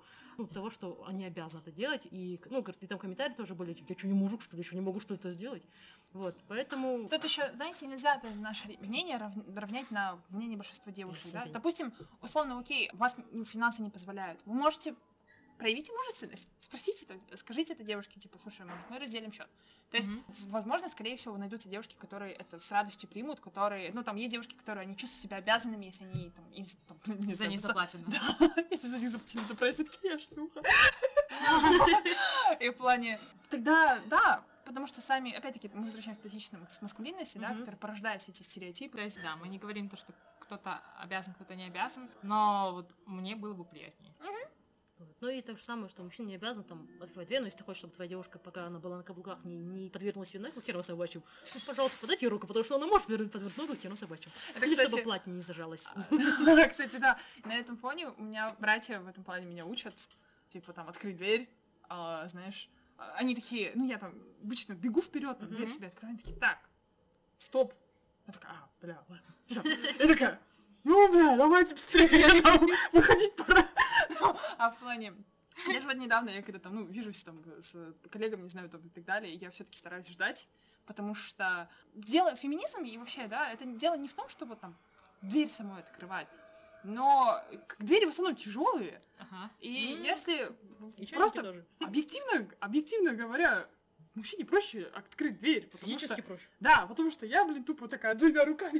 они обязаны это делать, и, ну, и там комментарии тоже были, я что, не мужик, что ли, я что, не могу что-то сделать, вот, поэтому... Тут еще, знаете, нельзя наше мнение равнять на мнение большинства девушек, да? Допустим, условно, окей, у вас финансы не позволяют, вы можете проявите мужественность, спросите, то есть, скажите это девушке, типа, слушай, может, мы разделим счет. То есть, возможно, скорее всего, найдутся девушки, которые это с радостью примут, которые, ну, там, есть девушки, которые, они чувствуют себя обязанными, если они, там, им, там, не За знаю, них заплатят. Да. Да, если за них заплатили за прайс, это я шлюха. И в плане, тогда, да, потому что сами, опять-таки, мы возвращаемся к токсичной маскулинности, да, которая порождает все эти стереотипы. То есть, да, мы не говорим то, что кто-то обязан, кто-то не обязан, но вот мне было бы приятнее. Вот. Ну и так же самое, что мужчина не обязан там открывать дверь, но если ты хочешь, чтобы твоя девушка, пока она была на каблуках, не подвернулась себе ногу хером собачьим, ну, пожалуйста, подайте руку, потому что она может подвернуть ногу хером собачьим. Это, Или кстати, чтобы платье не зажалось. Кстати, да, на этом фоне у меня братья в этом плане меня учат, типа, там, открыть дверь, знаешь, они такие, ну, я там обычно бегу вперед, там, дверь себе открываю, они такие, так, стоп. Я такая, бля, ладно, всё. Я такая, ну, бля, давайте быстрее, там, выходить пора. А в плане, даже вот недавно я когда там, ну, вижусь там с коллегами, не знаю, там, и так далее, я все-таки стараюсь ждать, потому что дело феминизм и вообще, да, это дело не в том, чтобы там дверь самой открывать, но двери в основном тяжелые, и если просто объективно говоря, мужчине проще открыть дверь, потому что... проще. Да, потому что я, блин, тупо такая двумя руками.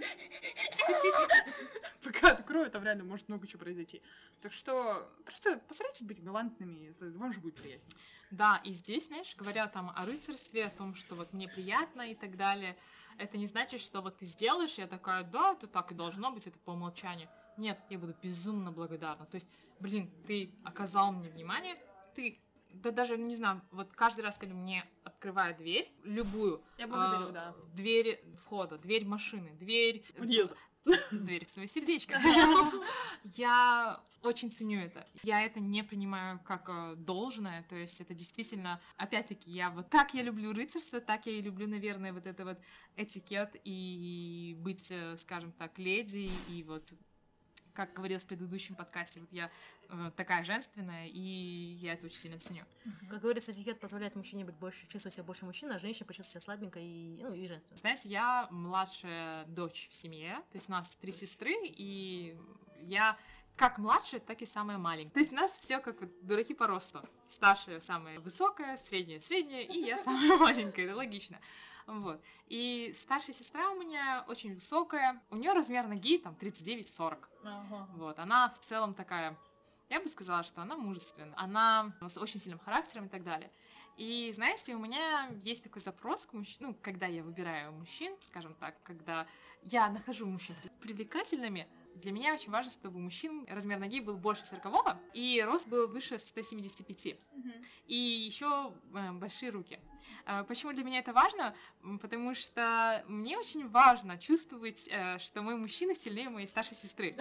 Пока открою, там реально может много чего произойти. Так что просто постарайтесь быть галантными, это вам же будет приятнее. Да, и здесь, знаешь, говоря там о рыцарстве, о том, что вот мне приятно и так далее, это не значит, что вот ты сделаешь, я такая, да, это так и должно быть, это по умолчанию. Нет, я буду безумно благодарна. То есть, блин, ты оказал мне внимание, ты, да даже, не знаю, вот каждый раз, когда мне открывают дверь, любую, Я благодарю, да. Дверь входа, дверь машины, дверь... Подъезда. Дверь в свое сердечко. Я очень ценю это. Я это не принимаю как должное, то есть это действительно, опять-таки, я вот как я люблю рыцарство, так я и люблю, наверное, вот это вот этикет и быть, скажем так, леди, и вот как говорилось в предыдущем подкасте, вот я такая женственная, и я это очень сильно ценю. Как говорится, этикет позволяет мужчине быть больше, чувствовать себя больше мужчиной, а женщине почувствовать себя слабенькой и женственной. Знаете, я младшая дочь в семье, то есть у нас 3 сестры, и я как младшая, так и самая маленькая. То есть у нас все как вот дураки по росту. Старшая самая высокая, средняя, и я самая маленькая, это логично. Вот. И старшая сестра у меня очень высокая, у нее размер ноги там 39-40. Вот. Она в целом такая, я бы сказала, что она мужественная, она с очень сильным характером и так далее. И знаете, у меня есть такой запрос к мужчинам, ну, когда я выбираю мужчин, скажем так, когда я нахожу мужчин привлекательными, для меня очень важно, чтобы у мужчин размер ноги был больше 40-го, и рост был выше 175. И еще большие руки. Почему для меня это важно? Потому что мне очень важно чувствовать, что мой мужчина сильнее моей старшей сестры.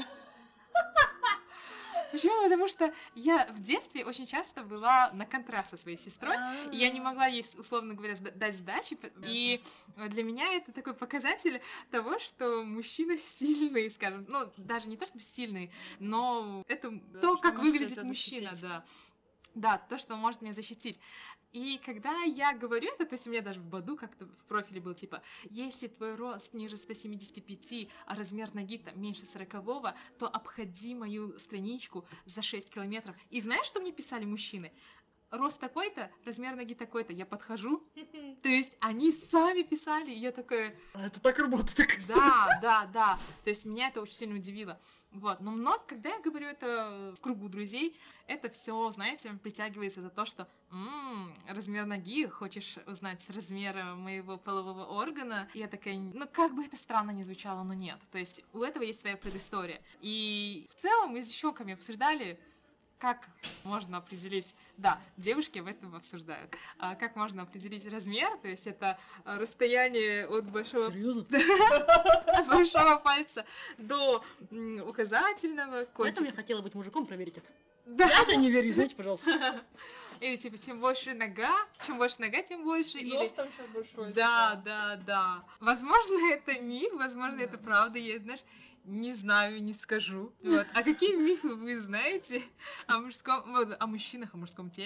Почему? Потому что я в детстве очень часто была на контракт со своей сестрой, и я не могла ей, условно говоря, дать сдачи, и для меня это такой показатель того, что мужчина сильный, скажем, ну, даже не то, чтобы сильный, но это то, как выглядит мужчина, да. Да, то, что может меня защитить. И когда я говорю это, то есть у меня даже в Баду как-то в профиле был типа, если твой рост ниже 175, а размер ноги там меньше 40-го, то обходи мою страничку за 6 километров. И знаешь, что мне писали мужчины? Рост такой-то, размер ноги такой-то, я подхожу. То есть они сами писали, и я такая... А это так работает, оказывается. Да. То есть меня это очень сильно удивило. Вот, но когда я говорю это в кругу друзей, это все, знаете, притягивается за то, что размер ноги, хочешь узнать размер моего полового органа? И я такая, ну как бы это странно ни звучало, но нет. То есть у этого есть своя предыстория. И в целом мы с девчонками обсуждали, как можно определить, да, девушки об этом обсуждают, как можно определить размер, то есть это расстояние от большого... Серьезно? От большого пальца до указательного. Поэтому я хотела быть мужиком, проверить это. Да. Я это не верю, извините, пожалуйста. Или типа, чем больше нога, чем больше нога, тем больше. И или... нос там еще большой. Да. Возможно, это миф, возможно, это правда. Я, знаешь, не знаю, не скажу. Вот. А какие мифы вы знаете о мужском, о мужчинах, о мужском теле?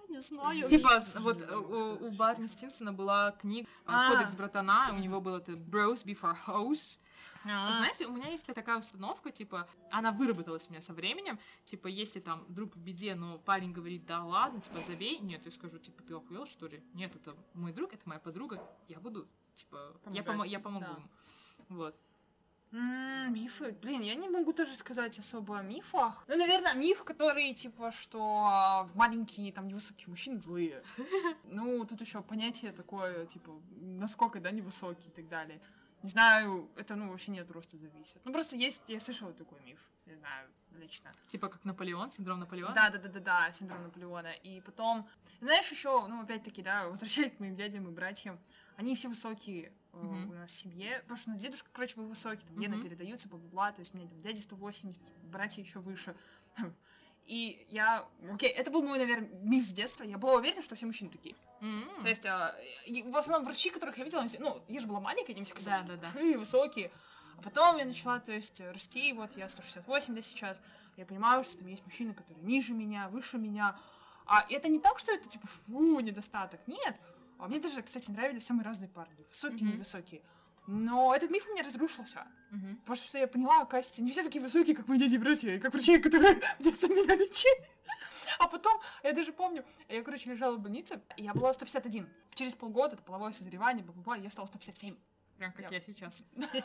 не знаю. Типа, вот у Барни Стинсона была книга «Кодекс братана», у него было это «Bros before hoes». Знаете, у меня есть такая установка, типа, она выработалась у меня со временем, типа, если там друг в беде, но парень говорит, да ладно, типа, забей, нет, я скажу, типа, ты охуел, что ли? Нет, это мой друг, это моя подруга, я буду, типа, я помогу ему. Вот. Мифы. Блин, я не могу тоже сказать особо о мифах. Ну, наверное, миф, который, типа, что маленькие, там, невысокие мужчины злые. Ну, тут еще понятие такое, типа, насколько, да, невысокий и так далее. Не знаю, это, ну, вообще не от роста зависит. Ну, просто есть, я слышала такой миф, не знаю, лично. Типа как Наполеон, синдром Наполеона? Да, синдром Наполеона. И потом, знаешь, еще, ну, опять-таки, да, возвращаясь к моим дядям и братьям, они все высокие у нас в семье, потому что у нас дедушка, короче, был высокий, там, гены передаются, бла-бла-бла, то есть у меня там дяди 180, братья еще выше. И я, это был мой, наверное, миф с детства, я была уверена, что все мужчины такие. То есть, в основном врачи, которых я видела, ну, я же была маленькая, они все казались большие, высокие. А потом я начала, то есть, расти, вот я 168, да, сейчас. Я понимаю, что там есть мужчины, которые ниже меня, выше меня. А это не так, что это, типа, фу, недостаток. Нет. А мне даже, кстати, нравились самые разные парни. Высокие, невысокие. Но этот миф у меня разрушился. Потому что я поняла, оказывается, не все такие высокие, как мои дяди и братья, и как врачи, которые в детстве меня лечили. А потом, я даже помню, я, короче, лежала в больнице, и я была 151. Через полгода, это половое созревание, бла-бла-бла, я стала 157. Прям как я сейчас.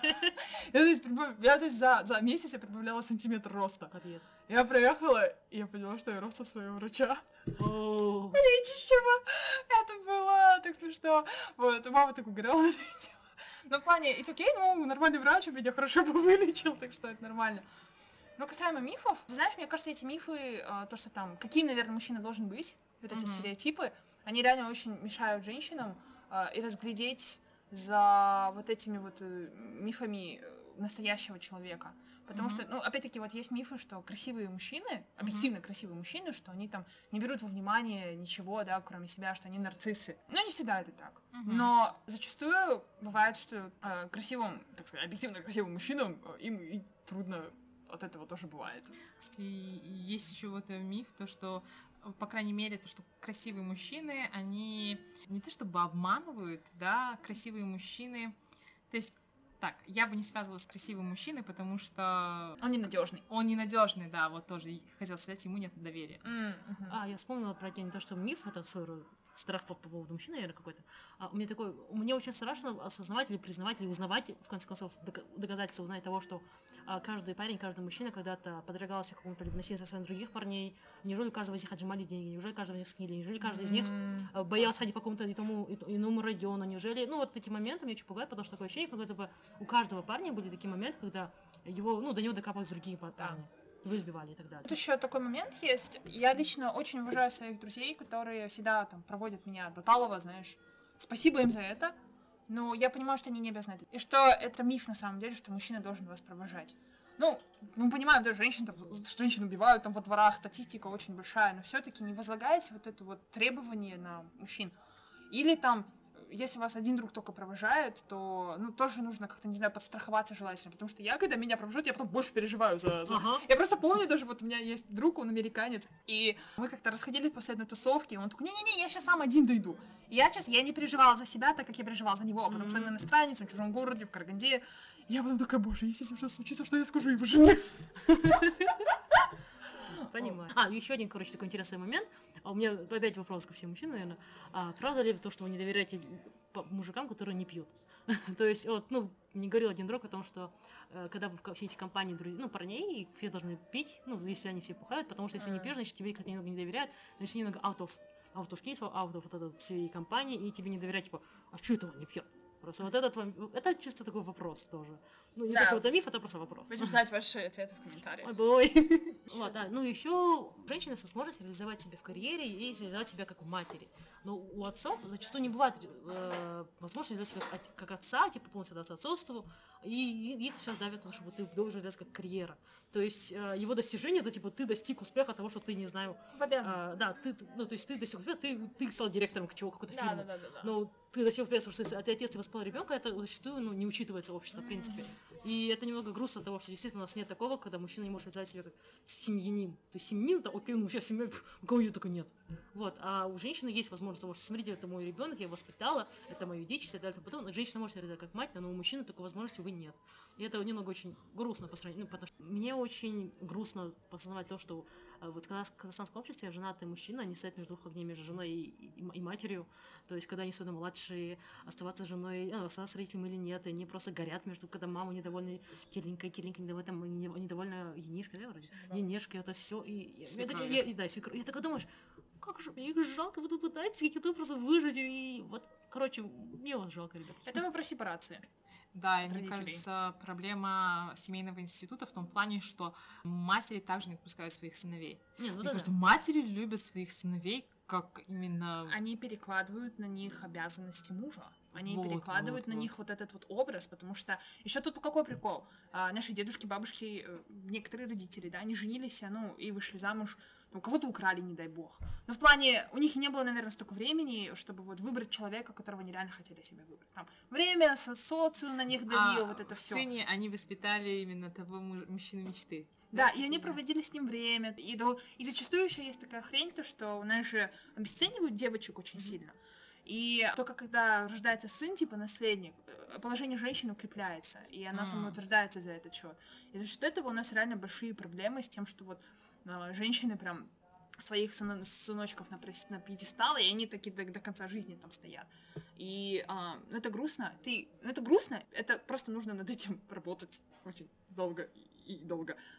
Я, то есть, за месяц я прибавляла сантиметр роста. Капец. Я проехала, и я поняла, что я роста своего врача. О, Лечащего. Это было так смешно. Вот, мама так угорала на это видео. Ну, в плане, it's okay, ну, нормальный врач меня хорошо бы вылечил, так что это нормально. Но касаемо мифов, знаешь, мне кажется, эти мифы, то, что там, каким, наверное, мужчина должен быть, вот эти стереотипы, они реально очень мешают женщинам и разглядеть за вот этими вот мифами настоящего человека. Потому что, ну, опять-таки, вот есть мифы, что красивые мужчины, объективно красивые мужчины, что они там не берут во внимание ничего, да, кроме себя, что они нарциссы. Но не всегда это так. Но зачастую бывает, что красивым, так сказать, объективно красивым мужчинам им и трудно от этого тоже бывает. Кстати, есть еще вот миф, то, что, по крайней мере, то, что красивые мужчины, они не то чтобы обманывают, да, красивые мужчины, то есть, так, я бы не связывала с красивым мужчиной, потому что... Он ненадежный. Он ненадежный, да, вот тоже хотела сказать, ему нет доверия. я вспомнила про не то, что миф, это свой страх по поводу мужчины, наверное, какой-то. Мне очень страшно осознавать или признавать, или узнавать, в конце концов, доказательства узнать того, что каждый парень, каждый мужчина когда-то подвергался какому-то либо насилию со стороны других парней. Неужели у каждого из них отжимали деньги? Неужели каждого из них снили? Неужели каждый из них боялся ходить по какому-то иному району? Неужели... Ну, вот эти моменты меня очень пугают, потому что такое ощущение, как будто бы у каждого парня были такие моменты, когда его, до него докапывались другие парни. Его избивали и так далее. Тут еще такой момент есть. Я лично очень уважаю своих друзей, которые всегда там проводят меня до талого, знаешь. Спасибо им за это. Но я понимаю, что они не обязаны это. И что это миф на самом деле, что мужчина должен вас провожать. Ну, мы понимаем, да, женщин убивают там во дворах, статистика очень большая, но все-таки не возлагайте вот это вот требование на мужчин. Или там, если вас один друг только провожает, то, ну, тоже нужно как-то, не знаю, подстраховаться желательно, потому что я, когда меня провожают, я потом больше переживаю за... Я просто помню даже, вот у меня есть друг, он американец, и мы как-то расходились после одной тусовки, и он такой, не-не-не, я сейчас сам один дойду. И я не переживала за себя, так как я переживала за него, потому что он иностранец, он в чужом городе, в Караганде. И я потом такая, боже, если с ним что-то случится, что я скажу его жене? Понимаю. Еще один, короче, такой интересный момент. У меня опять вопрос ко всем мужчинам, наверное. Правда ли то, что вы не доверяете мужикам, которые не пьют? То есть, вот, ну, мне говорил один друг о том, что когда вы все эти компании, парней, и все должны пить, ну, если они все пухают, потому что если не пьешь, значит, тебе как-то немного не доверяют, значит, немного out of case, out of вот этой всей компании, и тебе не доверяют, типа, а что это он не пьет? Просто вот это чисто такой вопрос тоже. Ну, не то, что это миф, это просто вопрос. Будем знать ваши ответы в комментариях. Ой, бой. Вот, да. Ну, еще женщина сможет реализовать себя в карьере и реализовать себя как в матери. Но у отцов зачастую не бывает возможности реализовать себя как отца, типа полностью отдаться отцовству, и их сейчас давят, чтобы ты должен реализовать как карьера. То есть его достижение, это типа ты достиг успеха того, что ты, не знаю... Да, то есть ты достиг успеха, ты стал директором какой-то фирмы. Да. Но ты достиг успеха, что ты отец и воспитал ребенка, это зачастую не учитывается общество, в принципе. И это немного грустно от того, что действительно у нас нет такого, когда мужчина не может назвать себя как семьянин. То есть семьянин, это окей, ну сейчас семья, у кого ее только нет. Вот, а у женщины есть возможность того, что смотрите, это мой ребенок, я его воспитала, это мое детище, и так далее. Потом женщина может себя как мать, но у мужчины такой возможности, увы, нет. И это немного очень грустно по сравнению, потому что мне очень грустно осознавать то, что вот когда в казахстанском обществе женатые мужчины, они стоят между двух огней, между женой и матерью, то есть когда они особенно младшие, оставаться женой, оставаться с родителями или нет, и они просто горят между, когда мама недовольна Кирилленька недовольна, там, недовольна Енишкой, да, вроде? Енишкой, это все, и я такая думаешь, как же мне их жалко, вы тут пытаетесь каким-то образом выжить, и вот, короче, мне вас жалко, ребят. Это мы про сепарации. Да, и мне родителей. кажется, проблема семейного института в том плане, что матери также не отпускают своих сыновей. Не, ну Мне да, кажется, матери любят своих сыновей как именно... Они перекладывают на них обязанности мужа. Они Вот, перекладывают вот, на вот. них вот этот вот образ, потому что еще тут какой прикол. Наши дедушки, бабушки, некоторые родители, да, они женились, ну, и вышли замуж, ну, кого-то украли, не дай бог. Но в плане, у них не было, наверное, столько времени, чтобы вот выбрать человека, которого они реально хотели себе выбрать. Там время, социум на них давил, вот это в все. сыне они воспитали именно того мужчину мечты. Да, и они проводили с ним время. И зачастую еще есть такая хрень, то что у нас же обесценивают девочек очень сильно. И только когда рождается сын, типа наследник, положение женщины укрепляется, и она самоутверждается за этот счет. И за счет этого у нас реально большие проблемы с тем, что вот женщины прям своих сыночков на пьедестал, и они такие до конца жизни там стоят. И ну, это грустно. Это грустно, это просто нужно над этим работать очень долго и долго.